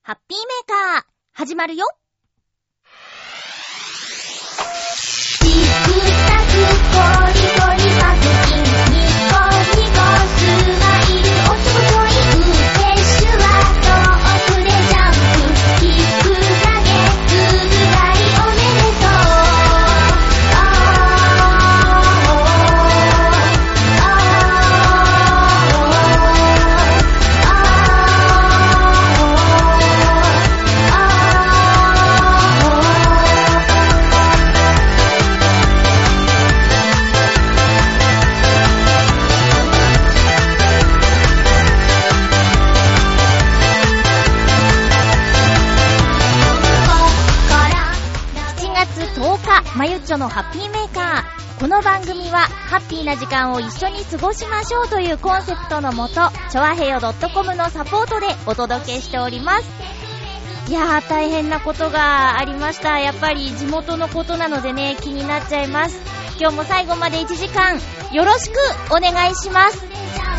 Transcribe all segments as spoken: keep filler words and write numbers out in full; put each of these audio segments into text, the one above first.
ハッピーメーカー始まるよ。チクタクコリコリパクチンニコニコスマイルおすごいフレッシュは遠くでジャンプキック投げつぶらいおめでとう。まゆっちょのハッピーメーカー。この番組はハッピーな時間を一緒に過ごしましょうというコンセプトのもと、チョアヘヨ .com のサポートでお届けしております。いやー、大変なことがありました。やっぱり地元のことなのでね、気になっちゃいます。今日も最後までいちじかんよろしくお願いします。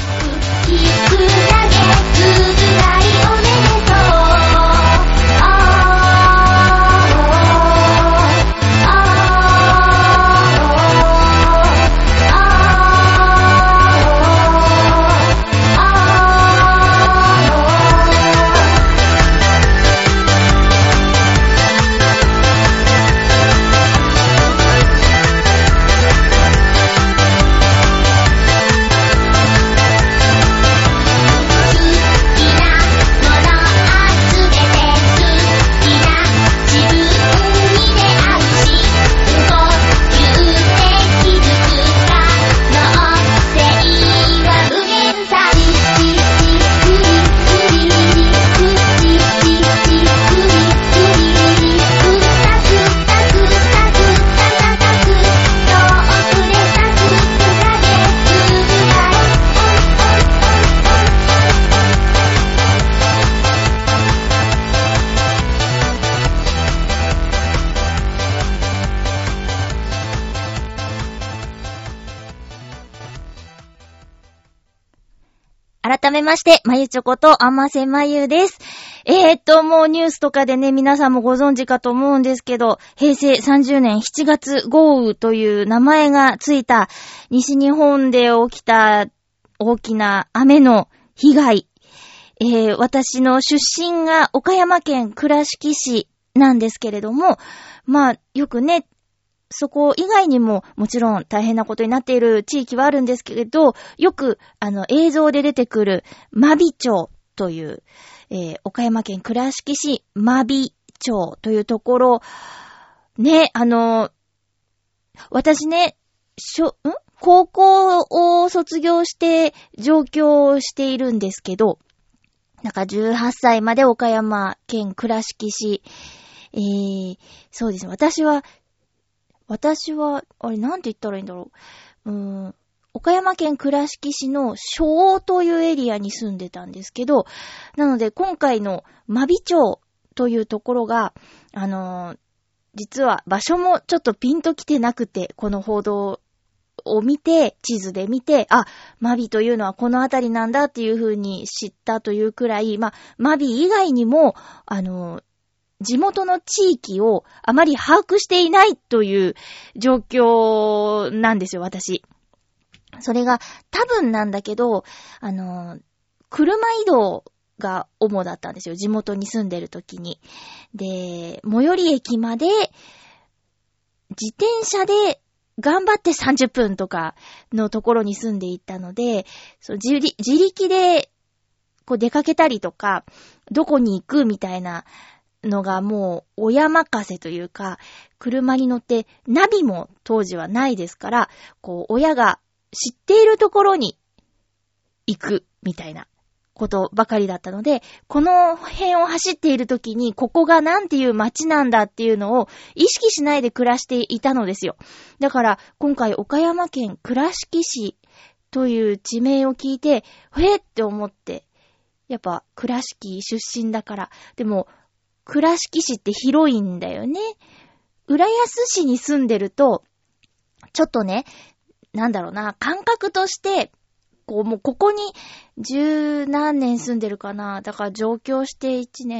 改めまして、まゆちょことあませまゆです。えーっと、もうニュースとかでね、皆さんもご存知かと思うんですけど、へいせいさんじゅうねんしちがつ豪雨という名前がついた西日本で起きた大きな雨の被害。えー、私の出身が岡山県倉敷市なんですけれども、まあ、よくね、そこ以外にももちろん大変なことになっている地域はあるんですけれど、よくあの映像で出てくる真備町という、えー、岡山県倉敷市真備町というところね、あの私ね、しょ、ん高校を卒業して上京しているんですけど、なんかじゅうはっさいまで岡山県倉敷市、えー、そうですね、私は私は、あれ、なんて言ったらいいんだろう。うーん、岡山県倉敷市の昭というエリアに住んでたんですけど、なので今回の真備町というところが、あのー、実は場所もちょっとピンときてなくて、この報道を見て、地図で見て、あ、真備というのはこの辺りなんだっていう風に知ったというくらい、まあ、真備以外にも、あのー、地元の地域をあまり把握していないという状況なんですよ、私。それが多分なんだけど、あの、車移動が主だったんですよ、地元に住んでる時に。で、最寄り駅まで自転車で頑張ってさんじゅっぷんとかのところに住んでいたので、そう自力、自力でこう出かけたりとか、どこに行くみたいなのがもう親任せというか、車に乗ってナビも当時はないですから、こう親が知っているところに行くみたいなことばかりだったので、この辺を走っている時にここがなんていう街なんだっていうのを意識しないで暮らしていたのですよ。だから今回岡山県倉敷市という地名を聞いて、へーって思って、やっぱ倉敷出身だから、でも倉敷市って広いんだよね。浦安市に住んでると、ちょっとね、なんだろうな、感覚として、こうもうここに十何年住んでるかな。だから上京して一年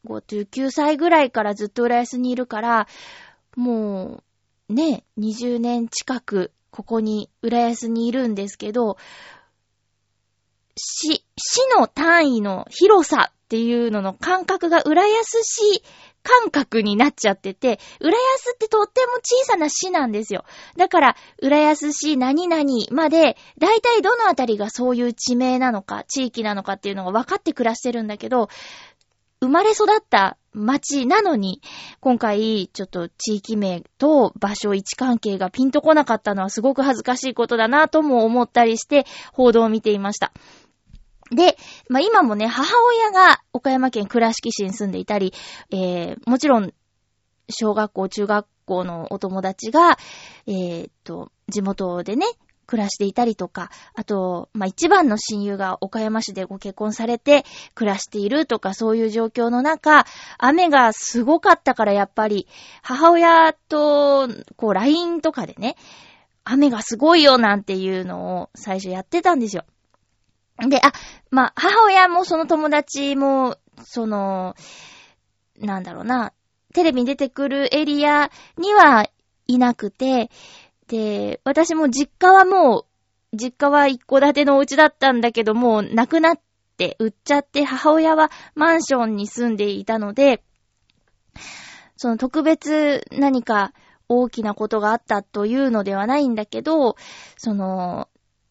ごじゅうきゅうさいぐらいからずっと浦安にいるから、もう、ね、にじゅうねん近く、ここに、浦安にいるんですけど、市、市の単位の広さっていうのの感覚が浦安市感覚になっちゃってて、浦安ってとっても小さな市なんですよ。だから、浦安市何々まで、だいたいどのあたりがそういう地名なのか、地域なのかっていうのが分かって暮らしてるんだけど、生まれ育った町なのに、今回ちょっと地域名と場所位置関係がピンとこなかったのはすごく恥ずかしいことだなとも思ったりして報道を見ていました。で、まあ、今もね、母親が岡山県倉敷市に住んでいたり、えー、もちろん小学校、中学校のお友達が、えー、っと、地元でね、暮らしていたりとか、あと、まあ、一番の親友が岡山市でご結婚されて暮らしているとか、そういう状況の中、雨がすごかったからやっぱり、母親と、こう、ライン とかでね、雨がすごいよなんていうのを最初やってたんですよ。で、あ、まあ、母親もその友達も、その、なんだろうな、テレビに出てくるエリアにはいなくて、で、私も実家はもう、実家は一戸建てのお家だったんだけども、亡くなって売っちゃって、母親はマンションに住んでいたので、その特別何か大きなことがあったというのではないんだけど、その、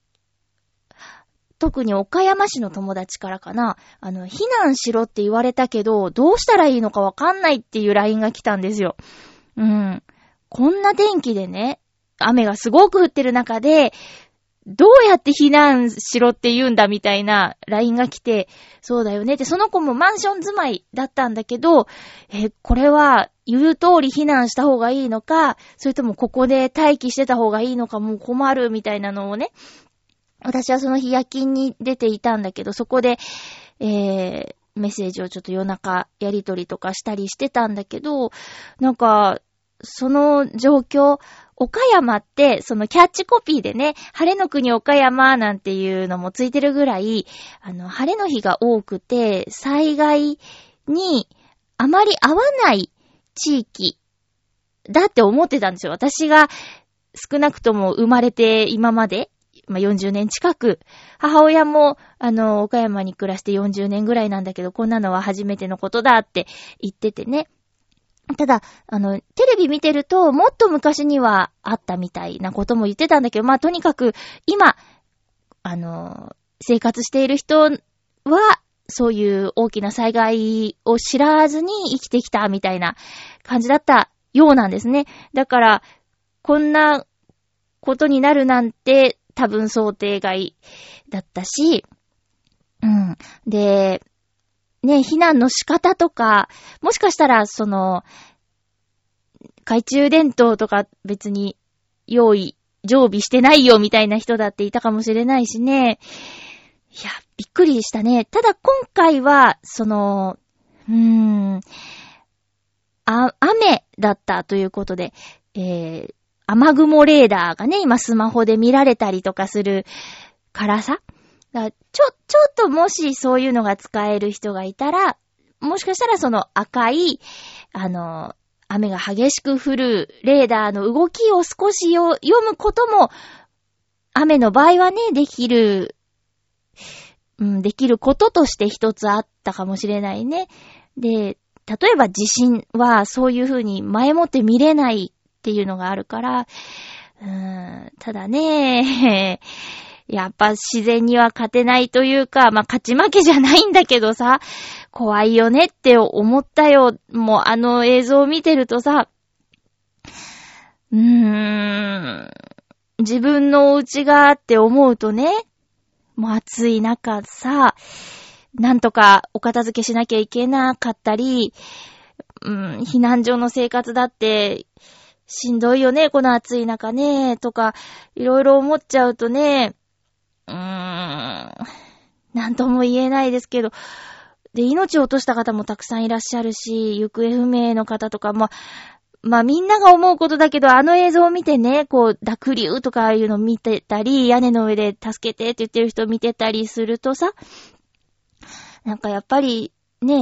特に岡山市の友達からかな、あの、避難しろって言われたけど、どうしたらいいのかわかんないっていう ライン が来たんですよ。うん。こんな天気でね、雨がすごく降ってる中で、どうやって避難しろって言うんだみたいな ライン が来て、そうだよねって、その子もマンション住まいだったんだけど、え、これは言う通り避難した方がいいのか、それともここで待機してた方がいいのか、もう困るみたいなのをね、私はその日夜勤に出ていたんだけど、そこで、えー、メッセージをちょっと夜中やり取りとかしたりしてたんだけど、なんか、その状況、岡山って、そのキャッチコピーでね、晴れの国岡山なんていうのもついてるぐらい、あの、晴れの日が多くて、災害にあまり合わない地域だって思ってたんですよ。私が少なくとも生まれて今まで、まあ、よんじゅうねん近く、母親も、あの、岡山に暮らしてよんじゅうねんぐらいなんだけど、こんなのは初めてのことだって言っててね。ただ、あの、テレビ見てると、もっと昔にはあったみたいなことも言ってたんだけど、まあ、とにかく、今、あの、生活している人は、そういう大きな災害を知らずに生きてきたみたいな感じだったようなんですね。だから、こんなことになるなんて、多分想定外だったし、うん。で、ね、避難の仕方とか、もしかしたら、その、懐中電灯とか別に用意、常備してないよみたいな人だっていたかもしれないしね。いや、びっくりしたね。ただ今回は、その、うーん、あ、雨だったということで、えー、雨雲レーダーがね、今スマホで見られたりとかするからさ。だちょ、ちょっともしそういうのが使える人がいたら、もしかしたらその赤い、あの、雨が激しく降るレーダーの動きを少しよ読むことも、雨の場合はね、できる、うん、できることとして一つあったかもしれないね。で、例えば地震はそういう風に前もって見れないっていうのがあるから、うーん、ただね、やっぱ自然には勝てないというか、まあ、勝ち負けじゃないんだけどさ、怖いよねって思ったよ。もうあの映像を見てるとさ、うーん、自分のお家がって思うとね、もう暑い中さ、なんとかお片付けしなきゃいけなかったり、うん、避難所の生活だってしんどいよね、この暑い中ね、とか、いろいろ思っちゃうとね、うーん、なんとも言えないですけど、で、命を落とした方もたくさんいらっしゃるし、行方不明の方とかも、まあみんなが思うことだけど、あの映像を見てね、こう、濁流とかいうのを見てたり、屋根の上で助けてって言ってる人を見てたりするとさ、なんかやっぱりね、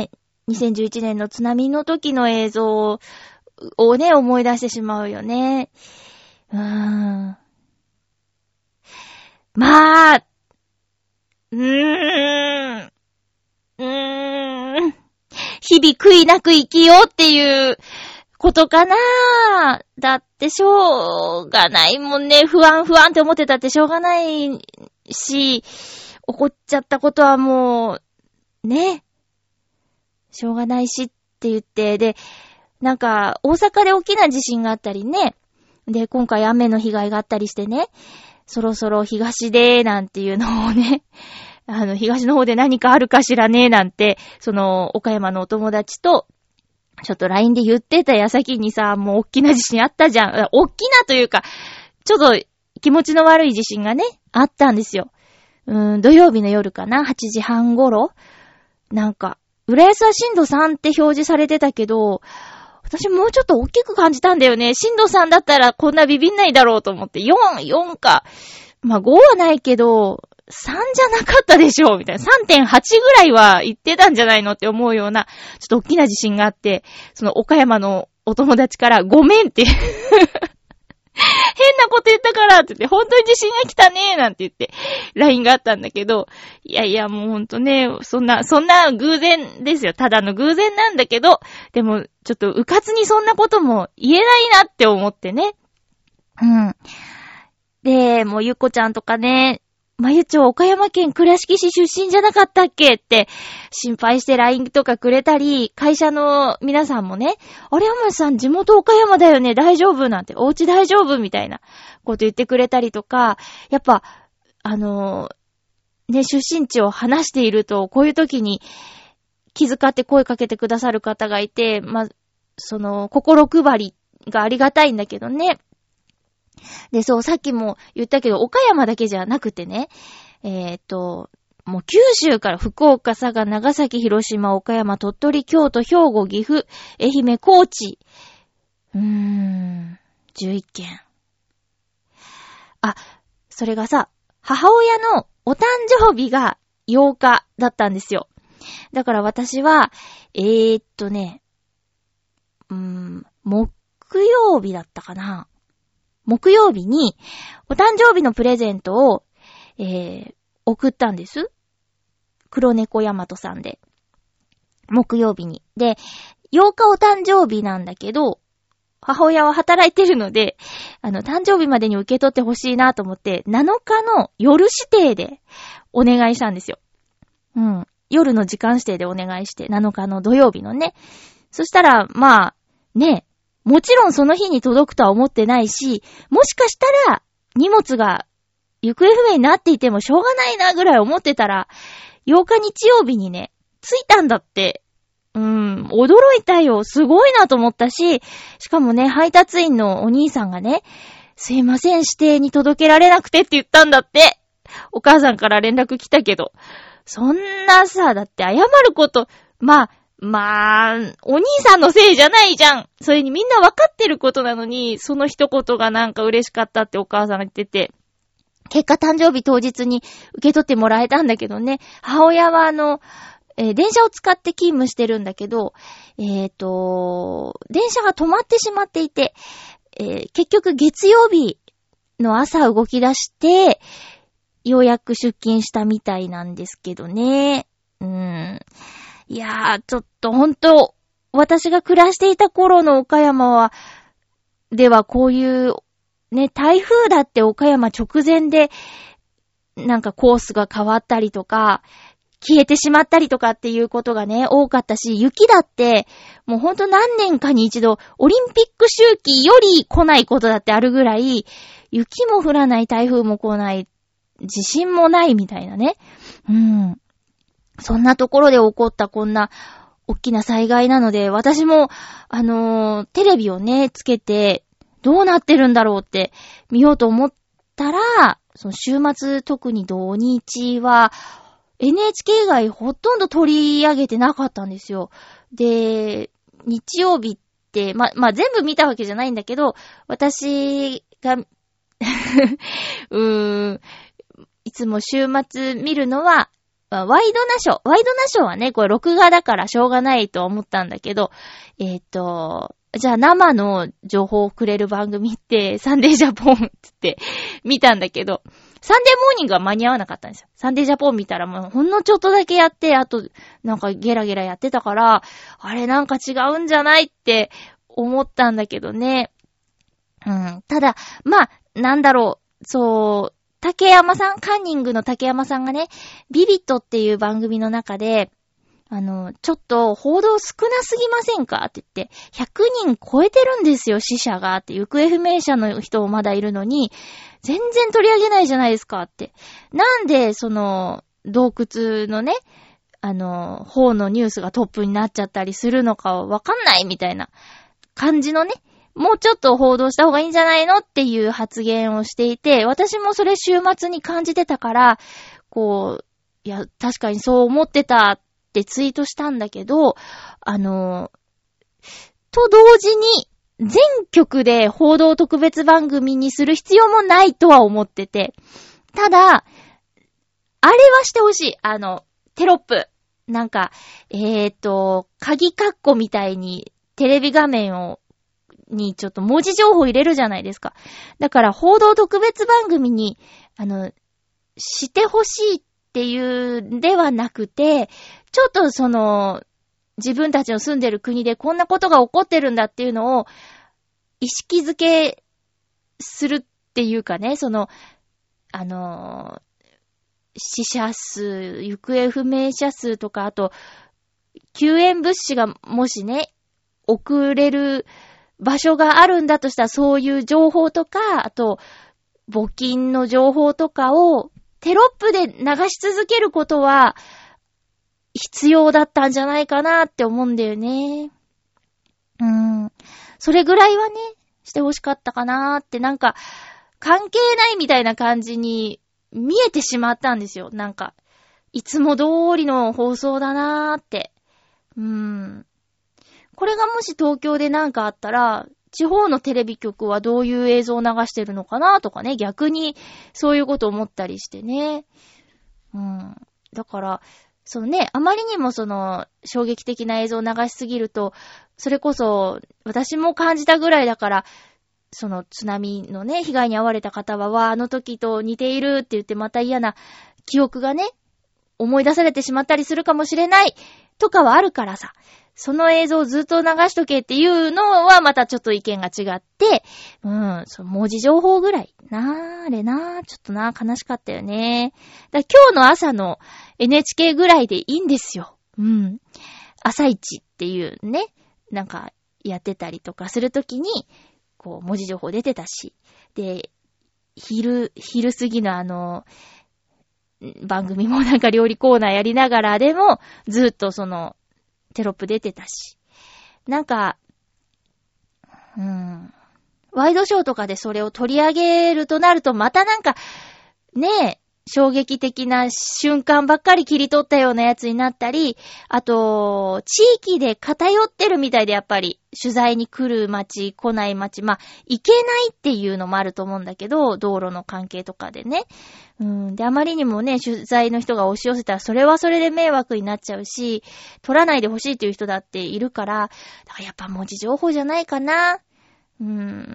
にせんじゅういちねんの津波の時の映像をね、思い出してしまうよね。うーん。まあ、うーん。うーん。日々悔いなく生きようっていうことかな。だってしょうがないもんね。不安不安って思ってたってしょうがないし、起こっちゃったことはもう、ね。しょうがないしって言って、で、なんか、大阪で大きな地震があったりね。で、今回雨の被害があったりしてね。そろそろ東で、なんていうのをね。あの、東の方で何かあるかしらね、なんて、その、岡山のお友達と、ちょっと ライン で言ってた矢先にさ、もう大きな地震あったじゃん。大きなというか、ちょっと気持ちの悪い地震がね、あったんですよ。うーん、土曜日の夜かな、はちじはん頃。なんか、浦安は震度さんって表示されてたけど、私もうちょっと大きく感じたんだよね。震度さんだったらこんなビビんないだろうと思って、よん、よんか。まあごはないけど、さんじゃなかったでしょみたいな。さんてんはち ぐらいは言ってたんじゃないのって思うような、ちょっと大きな地震があって、その岡山のお友達からごめんって変なこと言ったからって言って、本当に地震が来たねーなんて言って、ライン があったんだけど、いやいやもうほんとね、そんな、そんな偶然ですよ。ただの偶然なんだけど、でもちょっとうかつにそんなことも言えないなって思ってね。うん。で、もうゆっこちゃんとかね、まゆちょ岡山県倉敷市出身じゃなかったっけって心配して ライン とかくれたり、会社の皆さんもね、あれ山さん地元岡山だよね、大丈夫なんて、お家大丈夫みたいなこと言ってくれたりとか、やっぱ、あのー、ね、出身地を話していると、こういう時に気遣って声かけてくださる方がいて、ま、その、心配りがありがたいんだけどね。で、そう、さっきも言ったけど、岡山だけじゃなくてね、えーっと、もう九州から福岡、佐賀、長崎、広島、岡山、鳥取、京都、兵庫、岐阜、愛媛、高知。うーん、じゅういっけん。あ、それがさ、母親のお誕生日がようかだったんですよ。だから私は、えーっとね、うーん、木曜日だったかな。木曜日にお誕生日のプレゼントを、えー、送ったんです。黒猫ヤマトさんで。木曜日に。で、ようかお誕生日なんだけど、母親は働いてるので、あの、誕生日までに受け取ってほしいなと思って、なのかの夜指定でお願いしたんですよ。うん。夜の時間指定でお願いして、なのかの土曜日のね。そしたら、まあ、ね、もちろんその日に届くとは思ってないし、もしかしたら荷物が行方不明になっていてもしょうがないなぐらい思ってたら、ようか日曜日にね、着いたんだって。うーん、驚いたよ。すごいなと思ったし、しかもね、配達員のお兄さんがね、すいません、指定に届けられなくてって言ったんだって。お母さんから連絡来たけど。そんなさ、だって謝ること、まあ、まあ、お兄さんのせいじゃないじゃん。それにみんなわかってることなのに、その一言がなんか嬉しかったってお母さんが言ってて、結果誕生日当日に受け取ってもらえたんだけどね、母親はあの、えー、電車を使って勤務してるんだけど、えっと、電車が止まってしまっていて、えー、結局月曜日の朝動き出して、ようやく出勤したみたいなんですけどね。うーん。いやー、ちょっとほんと、私が暮らしていた頃の岡山は、ではこういう、ね、台風だって岡山直前で、なんかコースが変わったりとか、消えてしまったりとかっていうことがね、多かったし、雪だって、もうほんと何年かに一度、オリンピック周期より来ないことだってあるぐらい、雪も降らない、台風も来ない、地震もないみたいなね。うん。そんなところで起こったこんな大きな災害なので、私も、あのー、テレビをね、つけて、どうなってるんだろうって見ようと思ったら、その週末特に土日は、エヌエイチケー 以外ほとんど取り上げてなかったんですよ。で、日曜日って、ま、まあ、全部見たわけじゃないんだけど、私が、うーん、いつも週末見るのは、 まあ、ワイドナショー、ワイドナショーはね、これ録画だからしょうがないと思ったんだけど、えっと、じゃあ生の情報をくれる番組ってサンデージャポンって見たんだけど、サンデーモーニングは間に合わなかったんですよ。サンデージャポン見たらもうほんのちょっとだけやって、あとなんかゲラゲラやってたから、あれなんか違うんじゃないって思ったんだけどね。うん。ただ、まあ、なんだろう、そう、竹山さん、カンニングの竹山さんがね、ビビットっていう番組の中で、あの、ちょっと報道少なすぎませんかって言って、ひゃくにん超えてるんですよ、死者がって。行方不明者の人もまだいるのに、全然取り上げないじゃないですかって。なんで、その、洞窟のね、あの、方のニュースがトップになっちゃったりするのかわかんないみたいな感じのね、もうちょっと報道した方がいいんじゃないのっていう発言をしていて、私もそれ週末に感じてたから、こう、いや、確かにそう思ってたってツイートしたんだけど、あの、と同時に、全局で報道特別番組にする必要もないとは思ってて、ただ、あれはしてほしい。あの、テロップ。なんか、えーと、鍵カッコみたいにテレビ画面をにちょっと文字情報入れるじゃないですか。だから報道特別番組に、あの、してほしいっていうんではなくて、ちょっとその、自分たちの住んでる国でこんなことが起こってるんだっていうのを意識づけするっていうかね、その、あの、死者数、行方不明者数とか、あと、救援物資がもしね、送れる場所があるんだとしたらそういう情報とか、あと、募金の情報とかをテロップで流し続けることは必要だったんじゃないかなって思うんだよね。うーん。それぐらいはね、してほしかったかなーって、なんか、関係ないみたいな感じに見えてしまったんですよ。なんか、いつも通りの放送だなーって。うーん。これがもし東京でなんかあったら、地方のテレビ局はどういう映像を流してるのかなとかね、逆にそういうこと思ったりしてね。うん。だから、そのね、あまりにもその衝撃的な映像を流しすぎると、それこそ私も感じたぐらいだから、その津波のね、被害に遭われた方は、わあ、あの時と似ているって言ってまた嫌な記憶がね、思い出されてしまったりするかもしれないとかはあるからさ。その映像をずっと流しとけっていうのはまたちょっと意見が違って、うん、その文字情報ぐらい。なー、あれなー、ちょっとなー、悲しかったよね。だから今日の朝の エヌエイチケー ぐらいでいいんですよ。うん。朝一っていうね、なんかやってたりとかするときに、こう文字情報出てたし。で、昼、昼過ぎのあの、番組もなんか料理コーナーやりながらでも、ずっとその、テロップ出てたし。なんか、うーん。ワイドショーとかでそれを取り上げるとなると、またなんか、ねえ、衝撃的な瞬間ばっかり切り取ったようなやつになったり、あと、地域で偏ってるみたいでやっぱり、取材に来る街、来ない街、まあ、行けないっていうのもあると思うんだけど、道路の関係とかでね。うん。で、あまりにもね、取材の人が押し寄せたら、それはそれで迷惑になっちゃうし、撮らないでほしいっていう人だっているから、だからやっぱ文字情報じゃないかな。うん。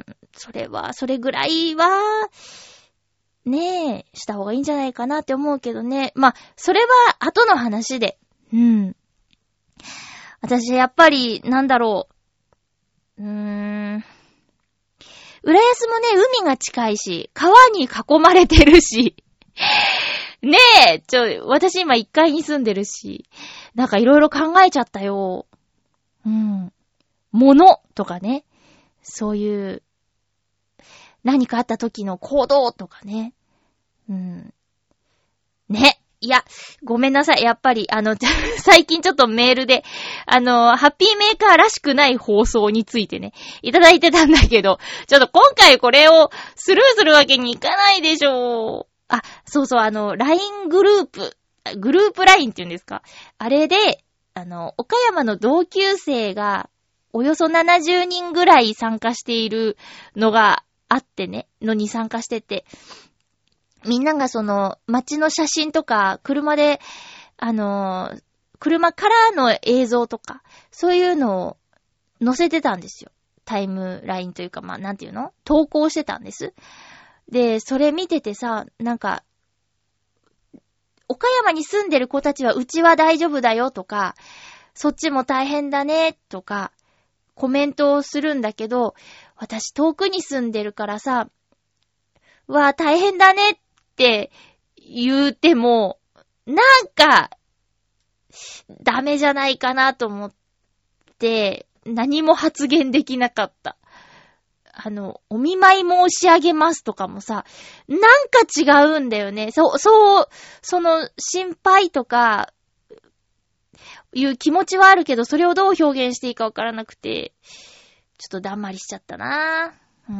それは、それぐらいは、ねえ、した方がいいんじゃないかなって思うけどね。まあ、それは後の話で。うん。私、やっぱり、なんだろう。うーん。浦安もね、海が近いし、川に囲まれてるし。ねえ、ちょ、私今いっかいに住んでるし。なんかいろいろ考えちゃったよ。うん。物とかね。そういう、何かあった時の行動とかね。うん。ね。いや、ごめんなさい。やっぱり、あの、最近ちょっとメールで、あの、ハッピーメーカーらしくない放送についてね、いただいてたんだけど、ちょっと今回これをスルーするわけにいかないでしょう。あ、そうそう、あの、ライン グループ、グループ ライン って言うんですか。あれで、あの、岡山の同級生が、およそななじゅうにんぐらい参加しているのがあってね、のに参加してて、みんながその街の写真とか車であのー、車からの映像とか、そういうのを載せてたんですよ。タイムラインというか、まあ、なんていうの？投稿してたんです。で、それ見ててさ、なんか、岡山に住んでる子たちはうちは大丈夫だよとか、そっちも大変だねとか、コメントをするんだけど、私遠くに住んでるからさ、わあ大変だねって言うても、なんか、ダメじゃないかなと思って、何も発言できなかった。あの、お見舞い申し上げますとかもさ、なんか違うんだよね。そう、そう、その心配とか、いう気持ちはあるけど、それをどう表現していいかわからなくて、ちょっとだんまりしちゃったなぁ。うん。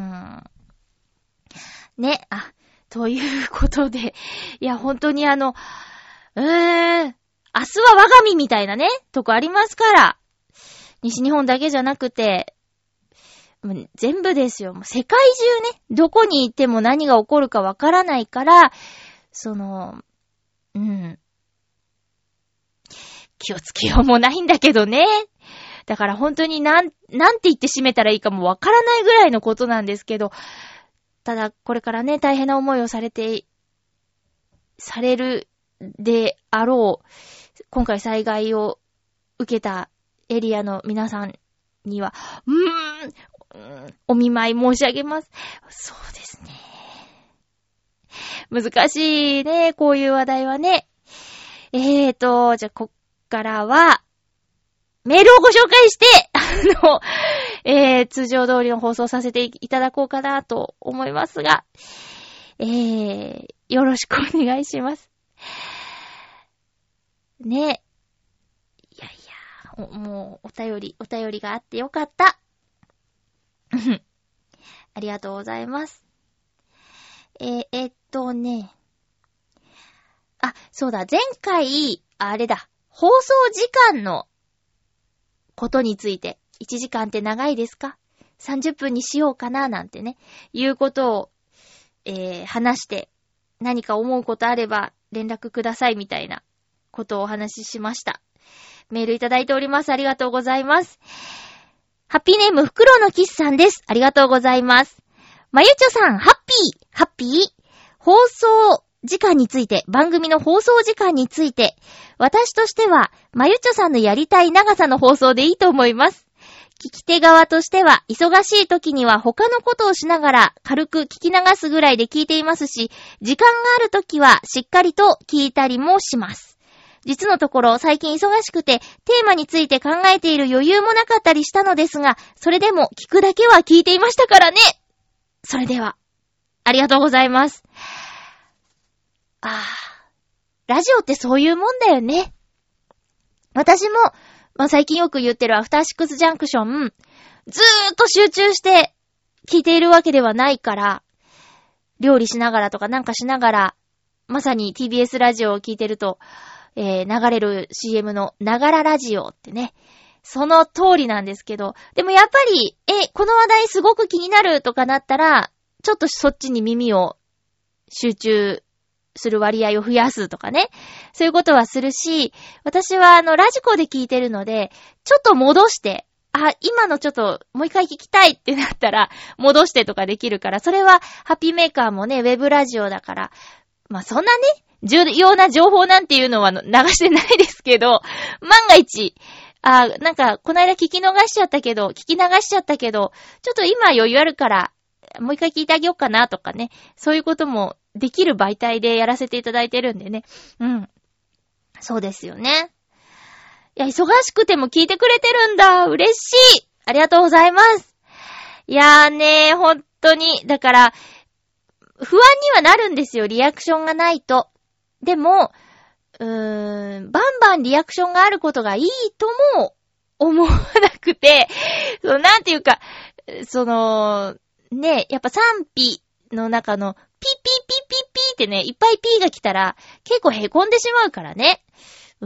ね、あ、ということで、いや、本当にあの、うーん、明日は我が身みたいなね、とこありますから、西日本だけじゃなくて、全部ですよ。もう世界中ね、どこに行っても何が起こるかわからないから、その、うん、気をつけようもないんだけどね。だから本当になん、なんて言って締めたらいいかもわからないぐらいのことなんですけど、ただこれからね、大変な思いをされて、されるであろう、今回災害を受けたエリアの皆さんには、うーん、お見舞い申し上げます。そうですね。難しいね、こういう話題はね。えーと、じゃあこっからは、メールをご紹介して、あの、えー、通常通りの放送させていただこうかなと思いますが、えー、よろしくお願いします。ね。いやいや、もうお便り、お便りがあってよかった。ありがとうございます。えー、えっとね。あ、そうだ、前回、あれだ、放送時間のことについて、いちじかんって長いですか？ さんじゅっ 分にしようかななんてね、いうことを、えー、話して、何か思うことあれば連絡くださいみたいなことをお話ししました。メールいただいております。ありがとうございます。ハッピーネームフクロウのキスさんです。ありがとうございます。まゆちょさん、ハッピー、ハッピー。放送時間について、番組の放送時間について、私としては、まゆちょさんのやりたい長さの放送でいいと思います。聞き手側としては、忙しい時には他のことをしながら軽く聞き流すぐらいで聞いていますし、時間がある時はしっかりと聞いたりもします。実のところ最近忙しくてテーマについて考えている余裕もなかったりしたのですが、それでも聞くだけは聞いていましたからね。それでは、ありがとうございます。あー、ラジオってそういうもんだよね。私も、まあ、最近よく言ってるアフターシックスジャンクション、ずーっと集中して聞いているわけではないから、料理しながらとかなんかしながら、まさに ティービーエス ラジオを聞いてると、えー、流れる シーエム のながらラジオってね、その通りなんですけど、でもやっぱり、え、この話題すごく気になるとかなったら、ちょっとそっちに耳を集中する割合を増やすとかね、そういうことはするし、私はあのラジコで聞いてるので、ちょっと戻して、あ、今のちょっともう一回聞きたいってなったら戻してとかできるから、それはハッピーメーカーもね、ウェブラジオだから、まあそんなね、重要な情報なんていうのは流してないですけど、万が一、あ、なんかこの間聞き逃しちゃったけど、聞き流しちゃったけど、ちょっと今余裕あるからもう一回聞いてあげようかなとかね、そういうこともできる媒体でやらせていただいてるんでね。うん。そうですよね。いや、忙しくても聞いてくれてるんだ。嬉しい。ありがとうございます。いやーねー、ほんとに。だから、不安にはなるんですよ。リアクションがないと。でも、うーん、バンバンリアクションがあることがいいとも思わなくて、そのなんていうか、その、ね、やっぱ賛否の中のピーピーピーピーピーってね、いっぱいピーが来たら結構凹んでしまうからね。うん。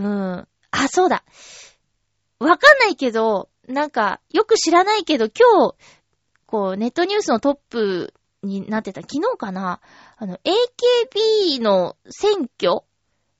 あ、そうだ。わかんないけど、なんかよく知らないけど今日、こうネットニュースのトップになってた、昨日かな、あの エーケービー の選挙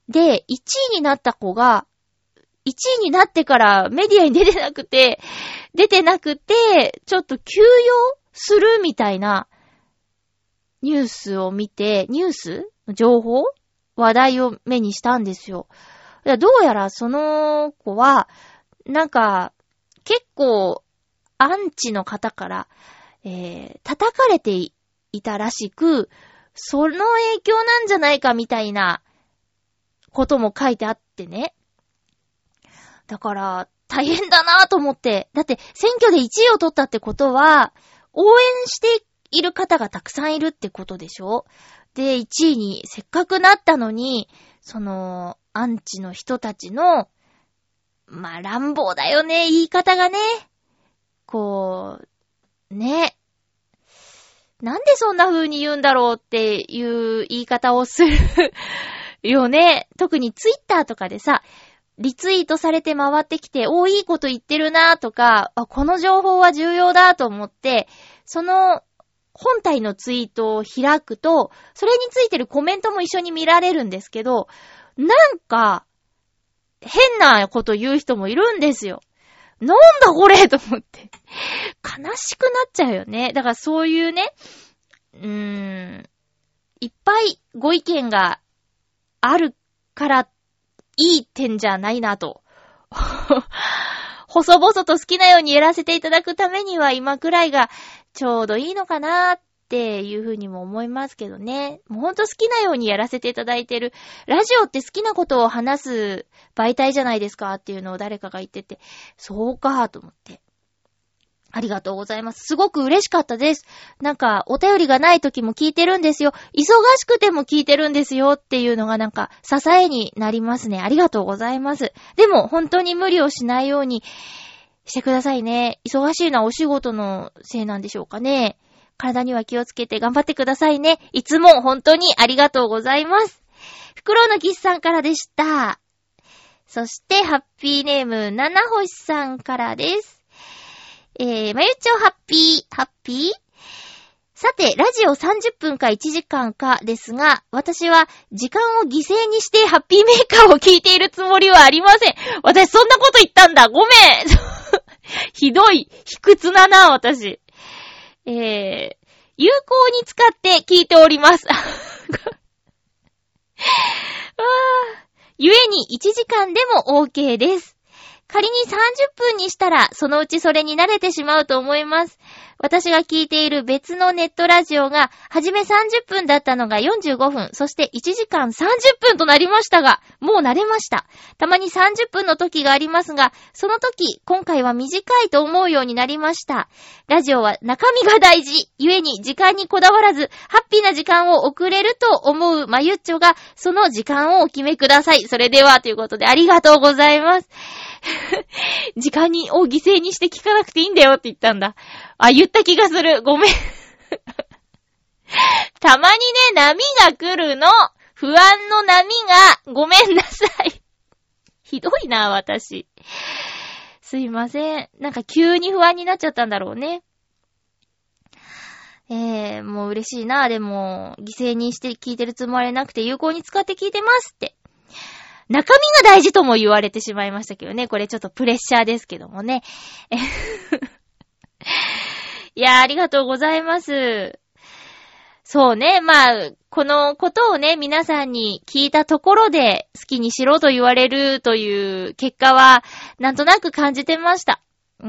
で、いちいになった子が、いちいになってからメディアに出てなくて、出てなくて、ちょっと休養するみたいなニュースを見て、ニュース？情報？話題を目にしたんですよ。どうやらその子は、なんか、結構、アンチの方から、えー、叩かれていたらしく、その影響なんじゃないかみたいなことも書いてあってね。だから、大変だなぁと思って。だって、選挙でいちいを取ったってことは、応援している方がたくさんいるってことでしょ？で、いちいにせっかくなったのに、その、アンチの人たちの、まあ、乱暴だよね、言い方がね。こう、ね。なんでそんな風に言うんだろうっていう言い方をするよね。特にツイッターとかでさ、リツイートされて回ってきて、おー、いいこと言ってるなとか、あ、この情報は重要だと思って、その本体のツイートを開くと、それについてるコメントも一緒に見られるんですけど、なんか、変なこと言う人もいるんですよ。なんだこれと思って。悲しくなっちゃうよね。だからそういうね、うーん、いっぱいご意見があるからいい点じゃないなと。細々と好きなようにやらせていただくためには今くらいがちょうどいいのかなっていうふうにも思いますけどね。もうほんと好きなようにやらせていただいてる。ラジオって好きなことを話す媒体じゃないですかっていうのを誰かが言ってて、そうかと思って。ありがとうございます。すごく嬉しかったです。なんか、お便りがない時も聞いてるんですよ。忙しくても聞いてるんですよっていうのがなんか、支えになりますね。ありがとうございます。でも、本当に無理をしないようにしてくださいね。忙しいのはお仕事のせいなんでしょうかね。体には気をつけて頑張ってくださいね。いつも本当にありがとうございます。フクロウのキスさんからでした。そして、ハッピーネーム、七星さんからです。えー、まゆっちょハッピー、ハッピーさて、ラジオさんじゅっぷんかいちじかんかですが、私は時間を犠牲にしてハッピーメーカーを聞いているつもりはありません。私そんなこと言ったんだ。ごめんひどい、卑屈なな、私。えー、有効に使って聞いております。あゆえにいちじかんでも OK です。仮にさんじゅっぷんにしたら、そのうちそれに慣れてしまうと思います。私が聞いている別のネットラジオが、はじめさんじゅっぷんだったのがよんじゅうごふん、そしていちじかんさんじゅっぷんとなりましたが、もう慣れました。たまにさんじゅっぷんの時がありますが、その時、今回は短いと思うようになりました。ラジオは中身が大事、ゆえに時間にこだわらず、ハッピーな時間を送れると思うまゆっちょが、その時間をお決めください。それでは、ということでありがとうございます。時間にを犠牲にして聞かなくていいんだよって言ったんだ。あ、言った気がする。ごめん。たまにね、波が来るの。不安の波が、ごめんなさい。ひどいな、私。すいません。なんか急に不安になっちゃったんだろうね。えー、もう嬉しいな。でも、犠牲にして聞いてるつもりなくて有効に使って聞いてますって。中身が大事とも言われてしまいましたけどね。これちょっとプレッシャーですけどもね。いやー、ありがとうございます。そうね。まあ、このことをね、皆さんに聞いたところで好きにしろと言われるという結果は、なんとなく感じてました。うん。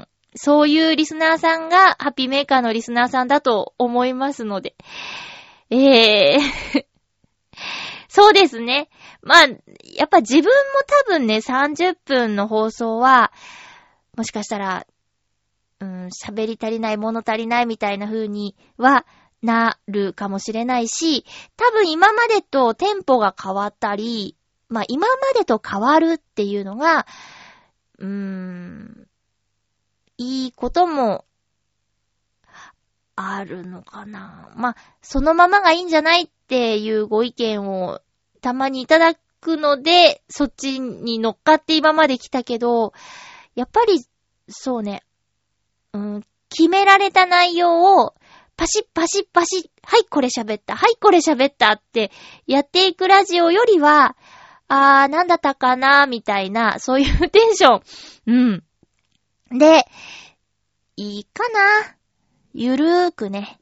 そういうリスナーさんがハッピーメーカーのリスナーさんだと思いますので。えー。そうですね。まあ、やっぱ自分も多分ね、さんじゅっぷんの放送は、もしかしたら、うん、喋り足りない、物足りないみたいな風にはなるかもしれないし、多分今までとテンポが変わったり、まあ今までと変わるっていうのが、うーん、いいこともあるのかな。まあ、そのままがいいんじゃないっていうご意見をたまにいただくので、そっちに乗っかって今まで来たけど、やっぱり、そうね、うん、決められた内容を、パシッパシッパシッ、はいこれ喋った、はいこれ喋ったってやっていくラジオよりは、 あー、なんだったかなみたいな、そういうテンション。うん。で、いいかなゆるーくね。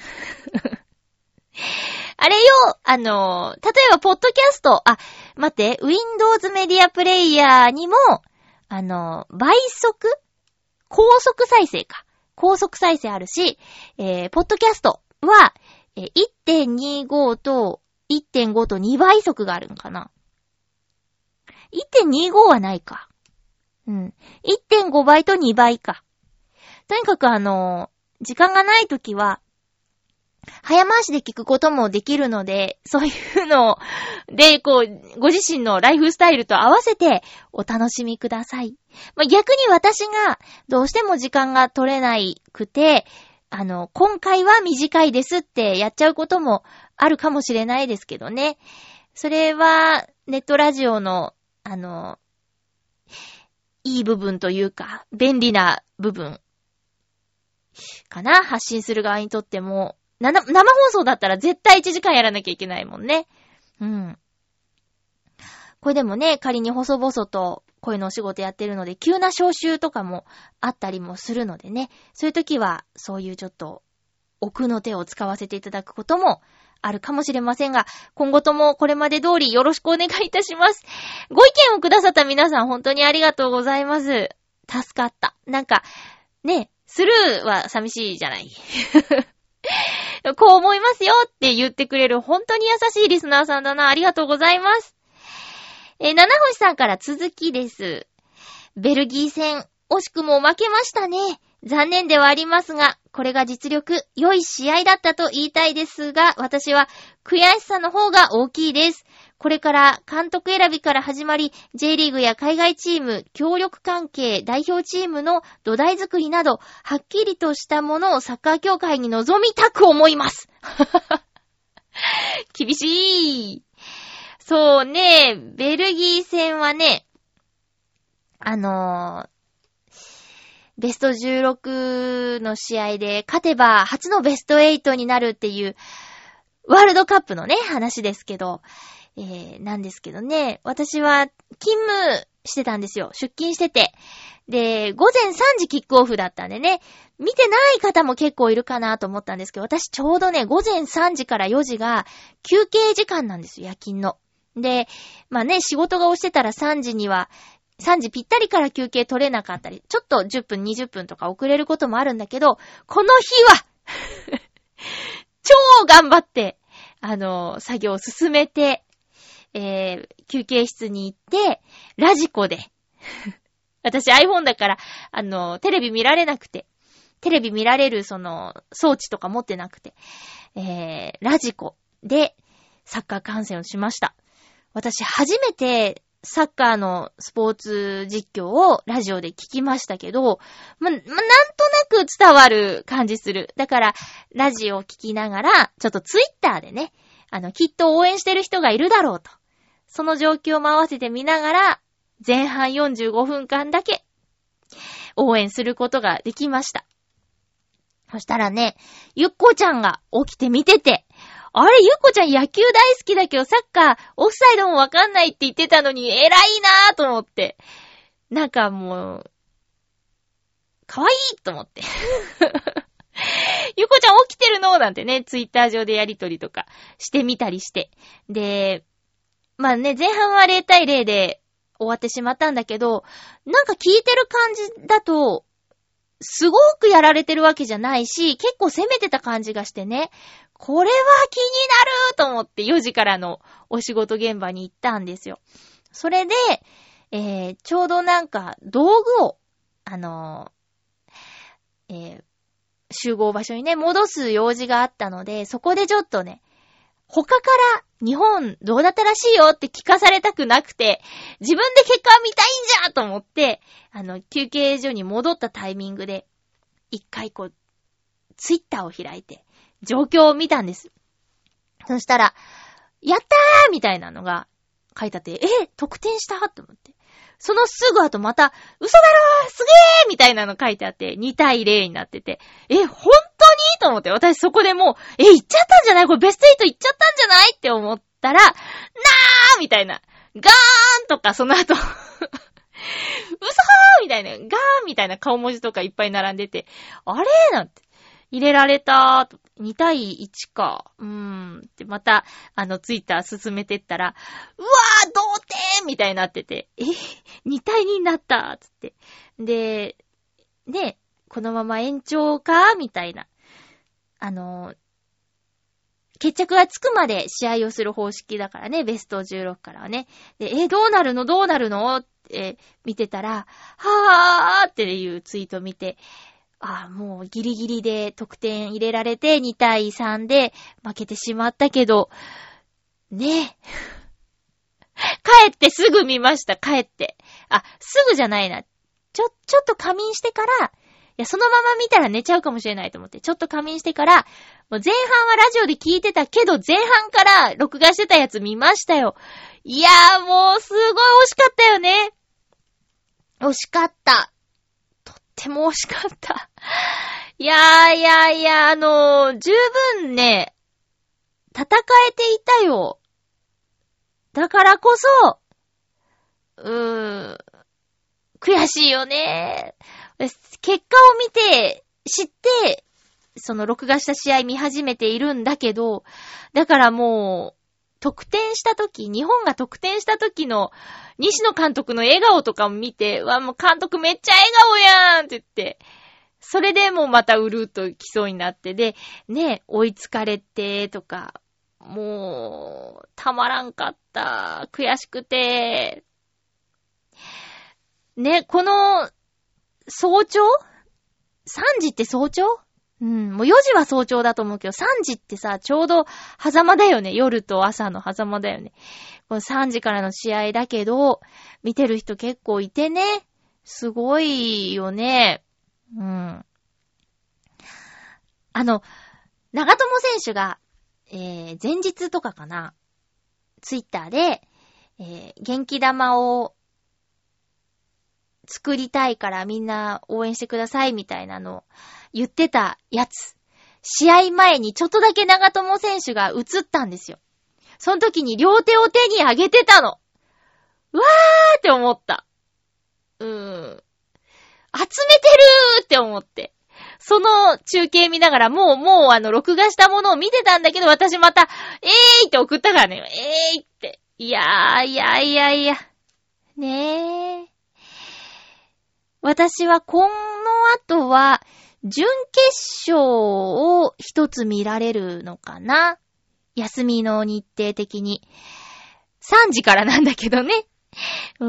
あれよ、あの、例えば、ポッドキャスト、あ、待って、Windows メディアプレイヤーにも、あの、倍速高速再生か。高速再生あるし、えー、ポッドキャストは、えー、いってんにご と いってんご とにばい速があるんかな。いってんにご はないか。うん。いってんご 倍とにばいか。とにかくあのー、時間がないときは、早回しで聞くこともできるので、そういうので、こう、ご自身のライフスタイルと合わせてお楽しみください。まあ、逆に私がどうしても時間が取れないくて、あの、今回は短いですってやっちゃうこともあるかもしれないですけどね。それは、ネットラジオの、あの、いい部分というか、便利な部分かな。発信する側にとっても、なな生放送だったら絶対いちじかんやらなきゃいけないもんね。うん。これでもね、仮に細々と声のお仕事やってるので、急な招集とかもあったりもするのでね、そういう時は、そういうちょっと、奥の手を使わせていただくこともあるかもしれませんが、今後ともこれまで通りよろしくお願いいたします。ご意見をくださった皆さん、本当にありがとうございます。助かった。なんか、ね、スルーは寂しいじゃない。こう思いますよって言ってくれる本当に優しいリスナーさんだな。ありがとうございます。えー、七星さんから続きです。ベルギー戦、惜しくも負けましたね。残念ではありますが、これが実力、良い試合だったと言いたいですが、私は悔しさの方が大きいです。これから監督選びから始まり、J リーグや海外チーム、協力関係、代表チームの土台作りなど、はっきりとしたものをサッカー協会に臨みたく思います。厳しい。そうね、ベルギー戦はね、あのー、ベストじゅうろくの試合で勝てば初のベストはちになるっていうワールドカップのね、話ですけど、えー、なんですけどね、私は勤務してたんですよ。出勤してて。で、午前さんじキックオフだったんでね、見てない方も結構いるかなと思ったんですけど、私ちょうどね、午前さんじからよじが休憩時間なんですよ、夜勤の。で、まあね、仕事が押してたらさんじには、さんじぴったりから休憩取れなかったり、ちょっとじゅっぷん、にじゅっぷんとか遅れることもあるんだけど、この日は超頑張って、あの、作業を進めて、えー、休憩室に行って、ラジコで、私 iPhone だから、あの、テレビ見られなくて、テレビ見られるその、装置とか持ってなくて、えー、ラジコでサッカー観戦をしました。私初めて、サッカーのスポーツ実況をラジオで聞きましたけど、ま、ま、なんとなく伝わる感じする。だから、ラジオを聞きながら、ちょっとツイッターでね、あの、きっと応援してる人がいるだろうと。その状況も合わせて見ながら、前半よんじゅうごふんかんだけ、応援することができました。そしたらね、ゆっこちゃんが起きて見てて、あれ、ゆっこちゃん野球大好きだけど、サッカー、オフサイドもわかんないって言ってたのに、偉いなぁと思って。なんかもう、かわいいと思って。ゆっこちゃん起きてるのなんてね、ツイッター上でやりとりとかしてみたりして。で、まあね、前半はゼロたいゼロで終わってしまったんだけど、なんか聞いてる感じだと、すごくやられてるわけじゃないし、結構攻めてた感じがしてね、これは気になると思ってよじからのお仕事現場に行ったんですよ。それで、えー、ちょうどなんか道具を、あのー、えー、集合場所にね、戻す用事があったので、そこでちょっとね、他から日本どうだったらしいよって聞かされたくなくて、自分で結果見たいんじゃと思って、あの、休憩所に戻ったタイミングで、一回こう、ツイッターを開いて、状況を見たんです。そしたら、やったーみたいなのが書いてあって、え、得点したと思って。そのすぐ後また、嘘だろーすげーみたいなの書いてあって、にたいゼロになってて、え、本当にと思って、私そこでもう、え、行っちゃったんじゃないこれベストはち行っちゃったんじゃないって思ったら、なーみたいな。 ガーンとかその後、嘘ーみたいな、ガーンみたいな顔文字とかいっぱい並んでて、あれなんて、入れられたー。に対いちか。うーん。で、また、あの、ツイッター進めてったら、うわー同点みたいになってて、え ?に 対にになったつって。で、ね、このまま延長かみたいな。あの、決着がつくまで試合をする方式だからね、ベストじゅうろくからはね。で、え、どうなるのどうなるのって見てたら、はーっていうツイート見て、ああ、もうギリギリで得点入れられてに対さんで負けてしまったけど、ねえ。帰ってすぐ見ました、帰って。あ、すぐじゃないな。ちょ、ちょっと仮眠してから、いや、そのまま見たら寝ちゃうかもしれないと思って、ちょっと仮眠してから、もう前半はラジオで聞いてたけど、前半から録画してたやつ見ましたよ。いやーもうすごい惜しかったよね。惜しかった。とっても惜しかった。いやーいやいや、あのー、十分ね、戦えていたよ。だからこそ、うーん、悔しいよね。結果を見て、知って、その録画した試合見始めているんだけど、だからもう、得点した時、日本が得点した時の西野監督の笑顔とかも見て、わ、もう監督めっちゃ笑顔やんって言って、それでもうまたうるっと来そうになって、で、ね、追いつかれてとか、もう、たまらんかった。悔しくて。ね、この、早朝 ?さん 時って早朝？うん、もうよじは早朝だと思うけど、さんじってさ、ちょうど狭間だよね。夜と朝の狭間だよね。このさんじからの試合だけど、見てる人結構いてね。すごいよね。うん。あの、長友選手が、えー、前日とかかな、ツイッターで、えー、元気玉を作りたいからみんな応援してくださいみたいなのを言ってたやつ。試合前にちょっとだけ長友選手が映ったんですよ。その時に両手を手に上げてたの。うわーって思った。うーん。集めてるーって思って。その中継見ながらもう、もうあの、録画したものを見てたんだけど、私また、えーいって送ったからね。えーいって。いやー、いやいやいや。ねー。私はこの後は、準決勝を一つ見られるのかな？休みの日程的に。さんじからなんだけどね。うん。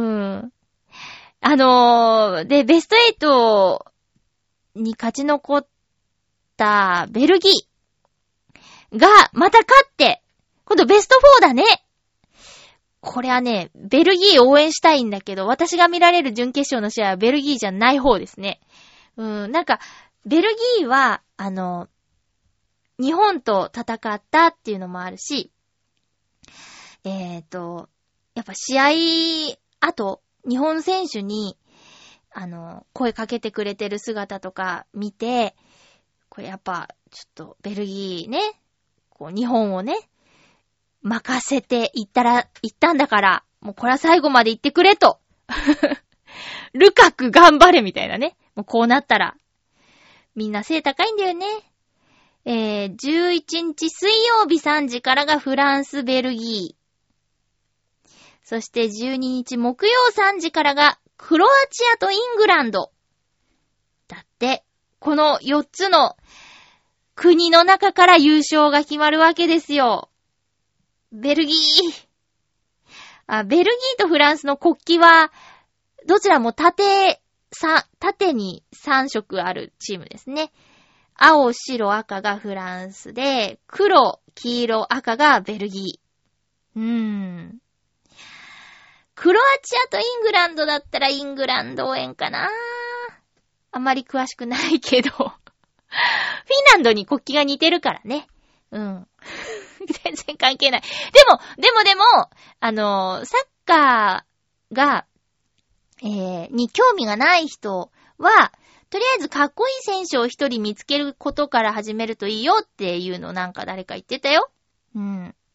あのー、で、ベストエイトに勝ち残ったベルギーがまた勝って、今度ベストフォーだね。これはね、ベルギー応援したいんだけど、私が見られる準決勝の試合はベルギーじゃない方ですね。うん、なんか、ベルギーは、あの、日本と戦ったっていうのもあるし、えーと、やっぱ試合後、日本選手に、あの、声かけてくれてる姿とか見て、これやっぱ、ちょっとベルギーね、こう、日本をね、任せていったら、いったんだから、もうこれは最後まで行ってくれと。ルカク頑張れみたいなね。もうこうなったら。みんな背高いんだよね。えー、じゅういちにち水曜日さんじからがフランス、ベルギー。そしてじゅうににち木曜さんじからがクロアチアとイングランド。だって、このよっつの国の中から優勝が決まるわけですよ。ベルギー。あ、ベルギーとフランスの国旗は、どちらも縦、さ、縦にさんしょくあるチームですね。青、白、赤がフランスで、黒、黄色、赤がベルギー。うーん。クロアチアとイングランドだったらイングランド応援かな。あまり詳しくないけど。フィンランドに国旗が似てるからね。うん。全然関係ない。でも、でもでも、あのー、サッカーが、えー、に興味がない人は、とりあえずかっこいい選手を一人見つけることから始めるといいよっていうのをなんか誰か言ってたよ。うん。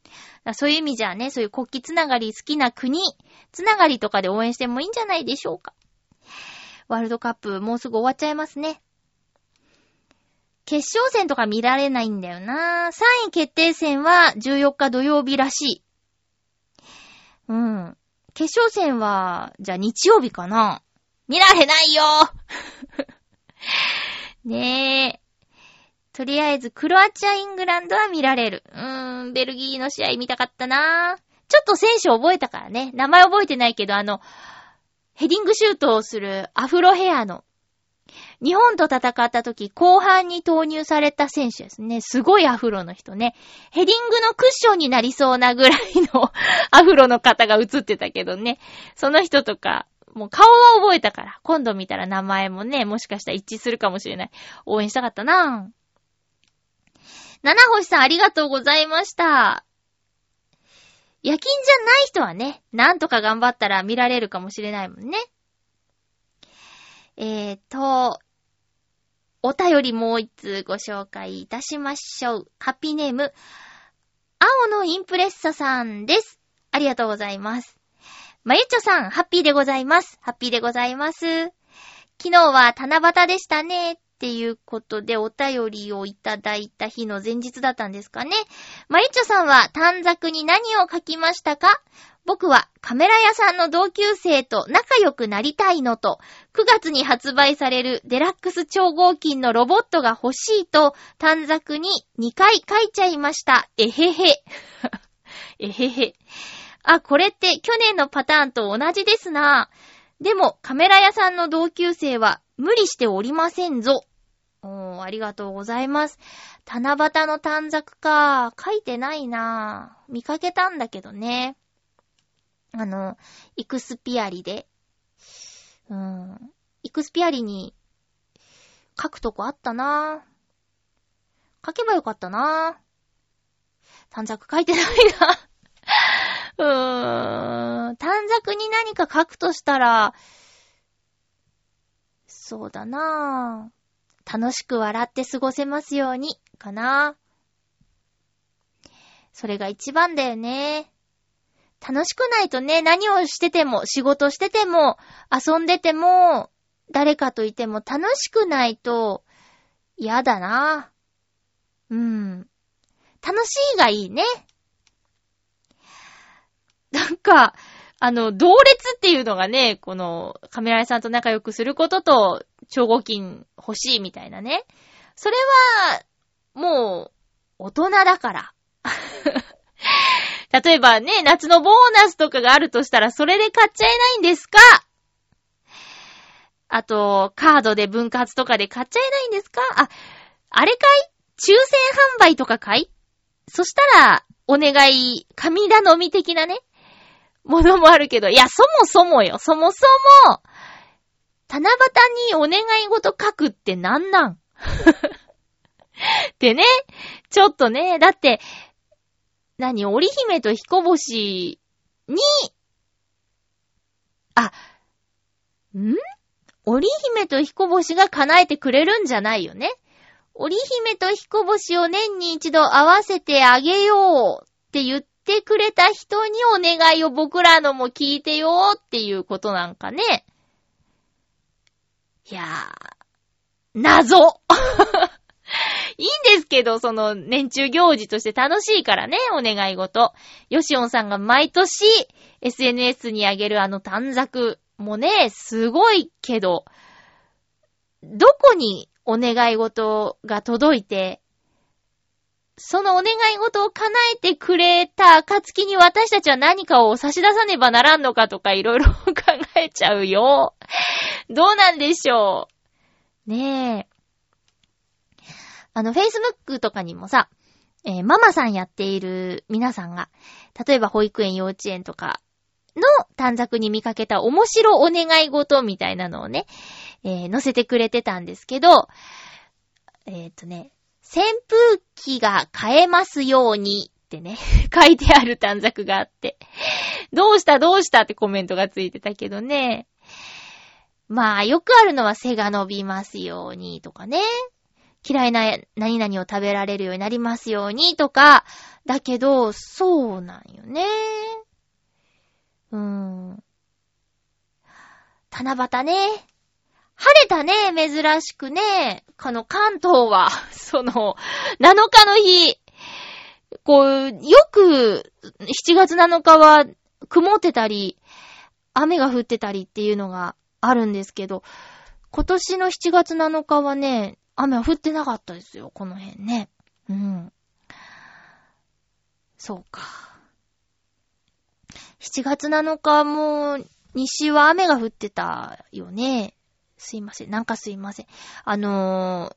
そういう意味じゃね、そういう国旗つながり好きな国つながりとかで応援してもいいんじゃないでしょうか。ワールドカップもうすぐ終わっちゃいますね。決勝戦とか見られないんだよな。さんい決定戦はじゅうよっか土曜日らしい。うん。決勝戦は、じゃあ日曜日かな。見られないよねえ。とりあえず、クロアチア、イングランドは見られる。うーん、ベルギーの試合見たかったな。ちょっと選手覚えたからね。名前覚えてないけど、あの、ヘディングシュートをするアフロヘアの、日本と戦った時、後半に投入された選手ですね。すごいアフロの人ね。ヘディングのクッションになりそうなぐらいのアフロの方が映ってたけどね。その人とか、もう顔は覚えたから、今度見たら名前もね、もしかしたら一致するかもしれない。応援したかったな。七星さんありがとうございました。夜勤じゃない人はね、なんとか頑張ったら見られるかもしれないもんね。えーと、お便りもう一通ご紹介いたしましょう。ハッピーネーム、青のインプレッサさんです。ありがとうございます。まゆちょさん、ハッピーでございます。ハッピーでございます。昨日は七夕でしたね。っていうことでお便りをいただいた日の前日だったんですかね。まゆちょさんは短冊に何を書きましたか？僕はカメラ屋さんの同級生と仲良くなりたいのと、くがつに発売されるデラックス超合金のロボットが欲しいと短冊ににかい書いちゃいました。えへへ。えへへ。あ、これって去年のパターンと同じですな。でもカメラ屋さんの同級生は無理しておりませんぞ。おー、ありがとうございます。七夕の短冊か。書いてないな。見かけたんだけどね。あの、イクスピアリで。うん。イクスピアリに書くとこあったな。書けばよかったな。短冊書いてないな。うーん。短冊に何か書くとしたら、そうだな。楽しく笑って過ごせますように、かな。それが一番だよね。楽しくないとね、何をしてても、仕事してても、遊んでても、誰かといても楽しくないと嫌だな。うん。楽しいがいいね。なんか、あの、同列っていうのがね、このカメラ屋さんと仲良くすることと、超合金欲しいみたいなね。それは、もう、大人だから。例えばね、夏のボーナスとかがあるとしたら、それで買っちゃえないんですか？あと、カードで分割とかで買っちゃえないんですか？あ、あれかい？抽選販売とかかい？そしたら、お願い、神頼み的なね、ものもあるけど、いや、そもそもよ、そもそも、七夕にお願い事書くってなんなんってね、ちょっとね、だって、何、織姫と彦星に、あ、ん？織姫と彦星が叶えてくれるんじゃないよね。織姫と彦星を年に一度合わせてあげようって言ってくれた人にお願いを僕らのも聞いてよっていうことなんかね。いやー、謎いいんですけど、その年中行事として楽しいからね、お願い事。ヨシオンさんが毎年 エスエヌエス に上げるあの短冊もね、すごいけど、どこにお願い事が届いて、そのお願い事を叶えてくれた暁に私たちは何かを差し出さねばならんのかとかいろいろ考えちゃうよ。どうなんでしょう。ねえ。あの、Facebook とかにもさ、えー、ママさんやっている皆さんが、例えば保育園、幼稚園とかの短冊に見かけた面白お願い事みたいなのをね、えー、載せてくれてたんですけど、えっとね、扇風機が買えますようにってね、書いてある短冊があって、どうしたどうしたってコメントがついてたけどね。まあ、よくあるのは背が伸びますようにとかね。 嫌いな何々を食べられるようになりますようにとか、だけど、そうなんよね。うーん。七夕ね。晴れたね、珍しくね。この関東は、その、なのかの日、こう、よく、しちがつなのかは、曇ってたり、雨が降ってたりっていうのがあるんですけど、今年のしちがつなのかはね、雨は降ってなかったですよ、この辺ね。うん。そうか。しちがつなのかも、西は雨が降ってたよね。すいません。なんかすいません。あの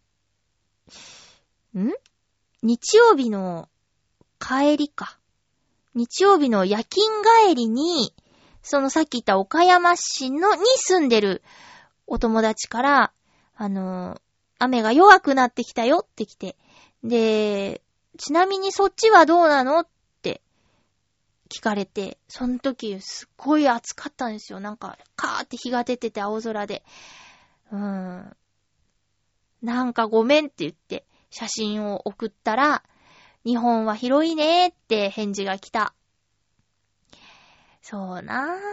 ー、ん?日曜日の帰りか。日曜日の夜勤帰りに、そのさっき言った岡山市のに住んでるお友達から、あのー、雨が弱くなってきたよって来て。で、ちなみにそっちはどうなのって聞かれて、その時すっごい暑かったんですよ。なんか、カーって日が出てて青空で。うーん。なんかごめんって言って写真を送ったら、日本は広いねーって返事が来た。そうなぁ。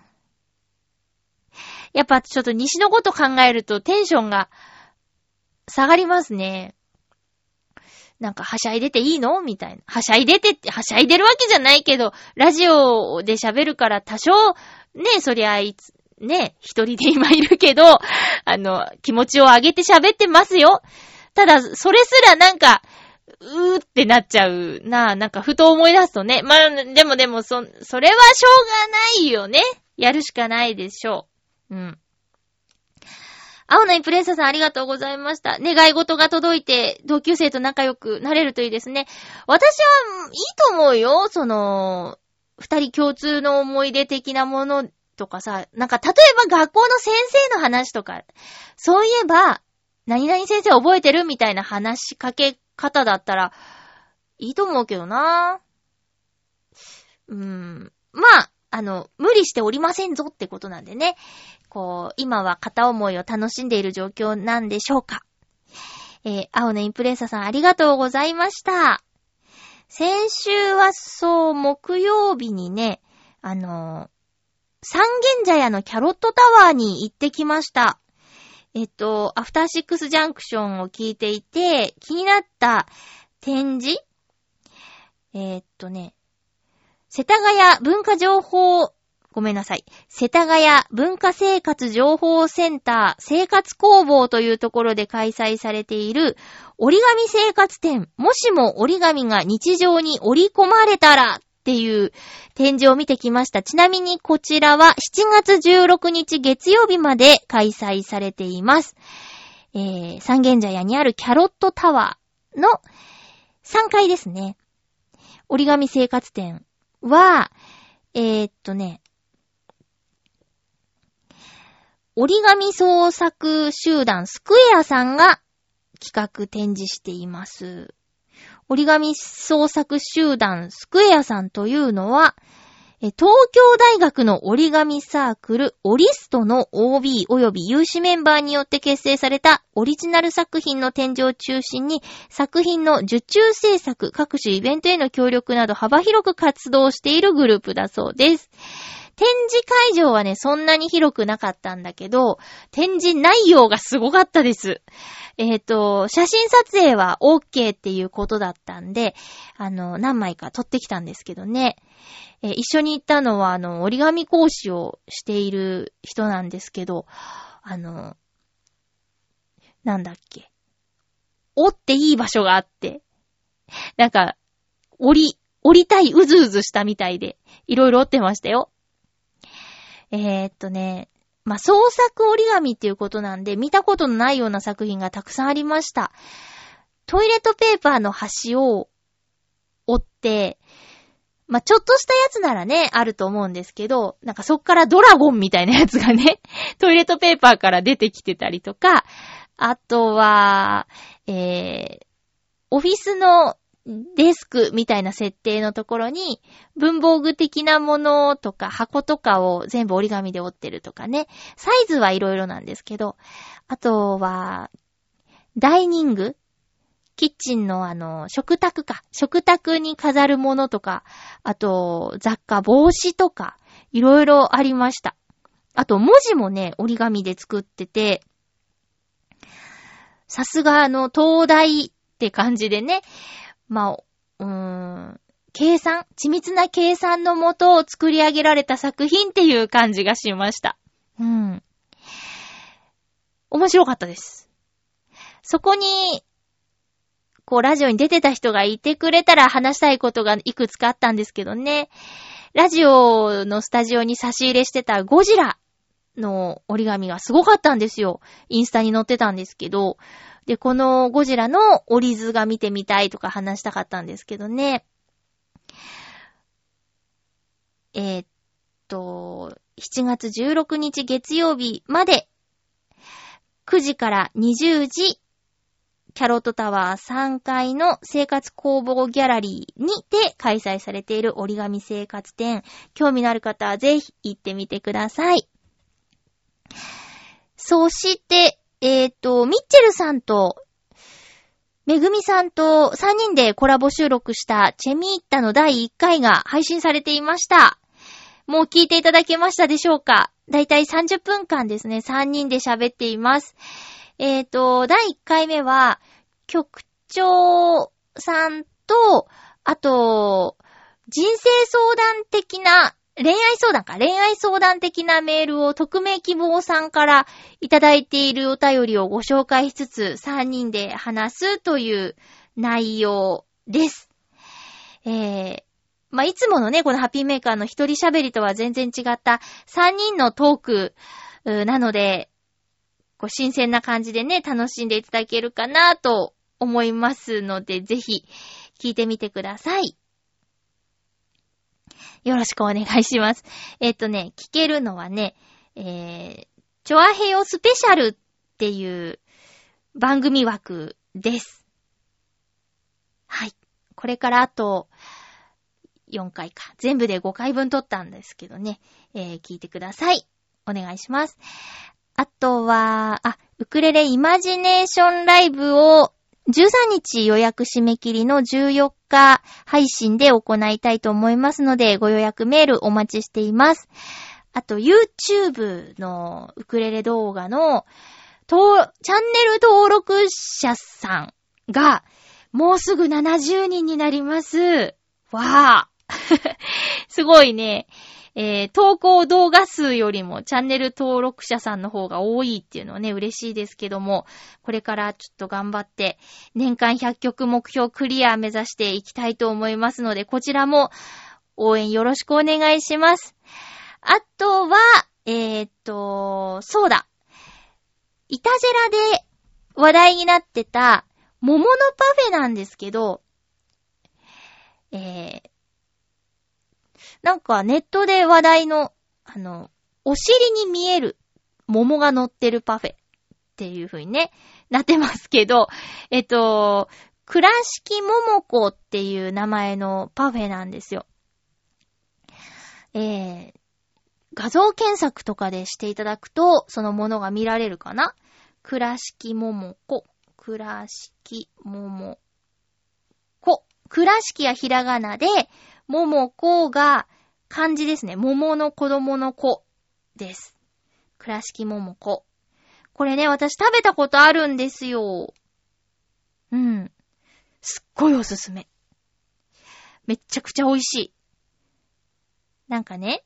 やっぱちょっと西のこと考えるとテンションが下がりますね。なんかはしゃいでていいのみたいな。はしゃいでてって、はしゃいでるわけじゃないけど、ラジオで喋るから多少、ね、そりゃあいつ、ね、一人で今いるけど、あの、気持ちを上げて喋ってますよ。ただ、それすらなんか、うーってなっちゃうな。なんかふと思い出すとね。まあ、でもでも、そ、それはしょうがないよね。やるしかないでしょう。うん。青のインプレッサさんありがとうございました。願い事が届いて同級生と仲良くなれるといいですね。私はいいと思うよ。その、二人共通の思い出的なものとかさ、なんか例えば学校の先生の話とか、そういえば、何々先生覚えてるみたいな話しかけ方だったら、いいと思うけどな。うーん。まあ、あの、無理しておりませんぞってことなんでね。こう、今は片思いを楽しんでいる状況なんでしょうか。えー、青のインプレッサさんありがとうございました。先週はそう、木曜日にね、あのー、三軒茶屋のキャロットタワーに行ってきました。えっと、アフターシックスジャンクションを聞いていて、気になった展示えー、っとね、世田谷文化情報、ごめんなさい。世田谷文化生活情報センター生活工房というところで開催されている折り紙生活展、もしも折り紙が日常に織り込まれたらっていう展示を見てきました。ちなみにこちらはしちがつじゅうろくにち月曜日まで開催されています。えー、三軒茶屋にあるキャロットタワーのさんがいですね。折り紙生活展は、えー、っとね、折り紙創作集団スクエアさんが企画展示しています。折り紙創作集団スクエアさんというのは、東京大学の折り紙サークルオリストの オービー 及び有志メンバーによって結成されたオリジナル作品の展示を中心に作品の受注制作、各種イベントへの協力など幅広く活動しているグループだそうです。展示会場はね、そんなに広くなかったんだけど、展示内容がすごかったです。えっと、写真撮影は OK っていうことだったんで、あの、何枚か撮ってきたんですけどね。えー、一緒に行ったのは、あの、折り紙講師をしている人なんですけど、あの、なんだっけ。折っていい場所があって、なんか、折り、折りたい、うずうずしたみたいで、いろいろ折ってましたよ。えー、っとね、まあ、創作折り紙っていうことなんで、見たことのないような作品がたくさんありました。トイレットペーパーの端を折って、まあ、ちょっとしたやつならね、あると思うんですけど、なんかそっからドラゴンみたいなやつがね、トイレットペーパーから出てきてたりとか、あとは、えー、オフィスのデスクみたいな設定のところに文房具的なものとか箱とかを全部折り紙で折ってるとかね。サイズはいろいろなんですけど、あとはダイニング、キッチンのあの、食卓か。食卓に飾るものとか、あと、雑貨、帽子とか、いろいろありました。あと、文字もね、折り紙で作ってて、さすがあの、東大って感じでね、まあ、うーん、計算、緻密な計算のもとを作り上げられた作品っていう感じがしました。うん。面白かったです。そこに、こう、ラジオに出てた人がいてくれたら話したいことがいくつかあったんですけどね。ラジオのスタジオに差し入れしてたゴジラの折り紙がすごかったんですよ。インスタに載ってたんですけど。で、このゴジラの折り図が見てみたいとか話したかったんですけどね。えー、っと、しちがつじゅうろくにち月曜日までくじからにじゅうじ、キャロットタワーさんがいの生活工房ギャラリーにて開催されている折り紙生活展。興味のある方はぜひ行ってみてください。そして、えっと、ミッチェルさんと、めぐみさんとさんにんでコラボ収録したチェミーッタのだいいっかいが配信されていました。もう聞いていただけましたでしょうか？だいたいさんじゅっぷんかんですね、さんにんで喋っています。えっと、だいいっかいめは、局長さんと、あと、人生相談的な、恋愛相談か、恋愛相談的なメールを匿名希望さんからいただいているお便りをご紹介しつつ、さんにんで話すという内容です。えー、まあ、いつものね、このハッピーメーカーの一人喋りとは全然違ったさんにんのトークなので、こう新鮮な感じでね、楽しんでいただけるかなと思いますので、ぜひ聞いてみてください。よろしくお願いします。えっとね、聞けるのはね、えー、チョアヘヨスペシャルっていう番組枠です。はい。これからあとよんかいか。全部でごかいぶん撮ったんですけどね、えー、聞いてください。お願いします。あとは、あ、ウクレレイマジネーションライブをじゅうさんにち予約締め切りのじゅうよっか配信で行いたいと思いますので、ご予約メールお待ちしています。あと YouTube のウクレレ動画のチャンネル登録者さんがもうすぐななじゅうにんになります。わーすごいね。えー、投稿動画数よりもチャンネル登録者さんの方が多いっていうのはね、嬉しいですけども、これからちょっと頑張って年間ひゃっきょく目標クリア目指していきたいと思いますので、こちらも応援よろしくお願いします。あとは、えーっと、そうだ。イタジェラで話題になってた桃のパフェなんですけど、えー、なんかネットで話題の、あの、お尻に見える桃が乗ってるパフェっていう風にね、なってますけど、えっと、倉敷桃子っていう名前のパフェなんですよ。えー、画像検索とかでしていただくと、そのものが見られるかな？倉敷桃子、倉敷桃子。倉敷はひらがなで、桃子が漢字ですね。桃の子供の子です。倉敷桃子。これね、私食べたことあるんですよ。うん。すっごいおすすめ。めっちゃくちゃ美味しい。なんかね、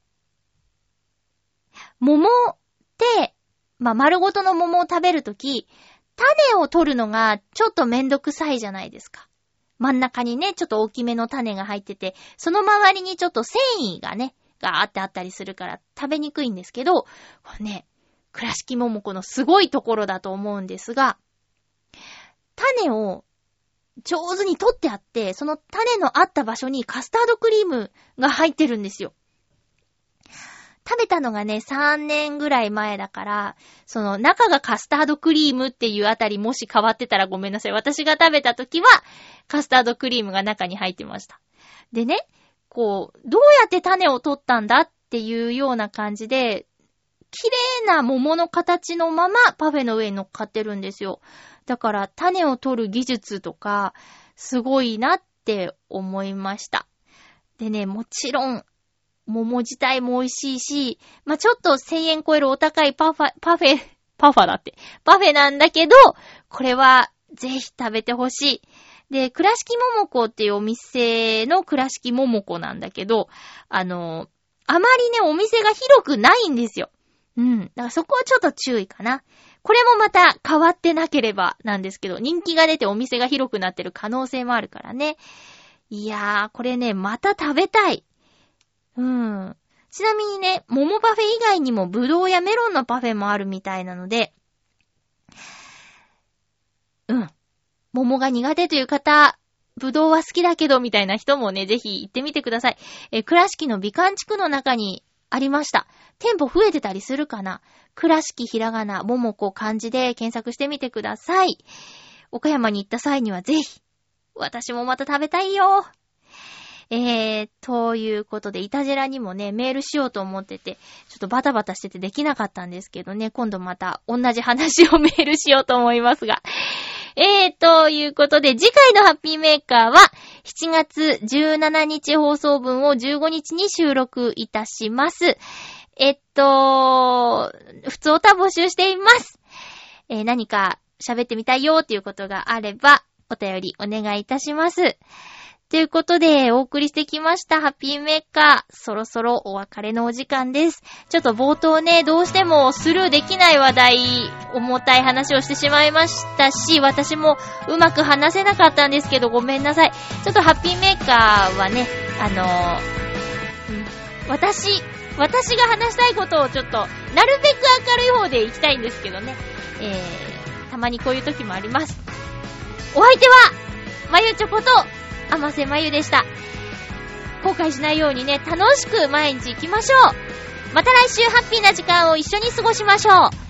桃って、まあ、丸ごとの桃を食べるとき、種を取るのがちょっとめんどくさいじゃないですか。真ん中にね、ちょっと大きめの種が入ってて、その周りにちょっと繊維がね、ガーってあったりするから食べにくいんですけど、これね、倉敷桃子のすごいところだと思うんですが、種を上手に取ってあって、その種のあった場所にカスタードクリームが入ってるんですよ。食べたのがね、さんねんぐらい前だから、その中がカスタードクリームっていうあたりもし変わってたらごめんなさい。私が食べた時はカスタードクリームが中に入ってました。でね、こう、どうやって種を取ったんだっていうような感じで、 綺麗な桃の形のままパフェの上に乗っかってるんですよ。だから種を取る技術とかすごいなって思いました。でね、もちろん桃自体も美味しいし、まあ、ちょっとせんえん超えるお高いパファ、パフェ、パファだって。パフェなんだけど、これはぜひ食べてほしい。で、倉敷桃子っていうお店の倉敷桃子なんだけど、あの、あまりね、お店が広くないんですよ。うん。だからそこはちょっと注意かな。これもまた変わってなければなんですけど、人気が出てお店が広くなってる可能性もあるからね。いやー、これね、また食べたい。うん。ちなみにね、桃パフェ以外にもブドウやメロンのパフェもあるみたいなので、うん。桃が苦手という方、ブドウは好きだけどみたいな人もね、ぜひ行ってみてください。え、倉敷の美観地区の中にありました。店舗増えてたりするかな？倉敷ひらがな、桃子漢字で検索してみてください。岡山に行った際にはぜひ。私もまた食べたいよ。えー、ということで、イタジェラにもね、メールしようと思ってて、ちょっとバタバタしててできなかったんですけどね、今度また同じ話をメールしようと思いますが。えー、ということで、次回のハッピーメーカーは、しちがつじゅうしちにち放送分をじゅうごにちに収録いたします。えっと、普通歌募集しています。えー、何か喋ってみたいよっていうことがあれば、お便りお願いいたします。ということで、お送りしてきましたハッピーメーカー。そろそろお別れのお時間です。ちょっと冒頭ね、どうしてもスルーできない話題、重たい話をしてしまいましたし、私もうまく話せなかったんですけど、ごめんなさい。ちょっとハッピーメーカーはね、あのー、うん、私、私が話したいことをちょっと、なるべく明るい方でいきたいんですけどね。えー、たまにこういう時もあります。お相手は、まゆちょこと、あませまゆでした。後悔しないようにね、楽しく毎日行きましょう。また来週ハッピーな時間を一緒に過ごしましょう。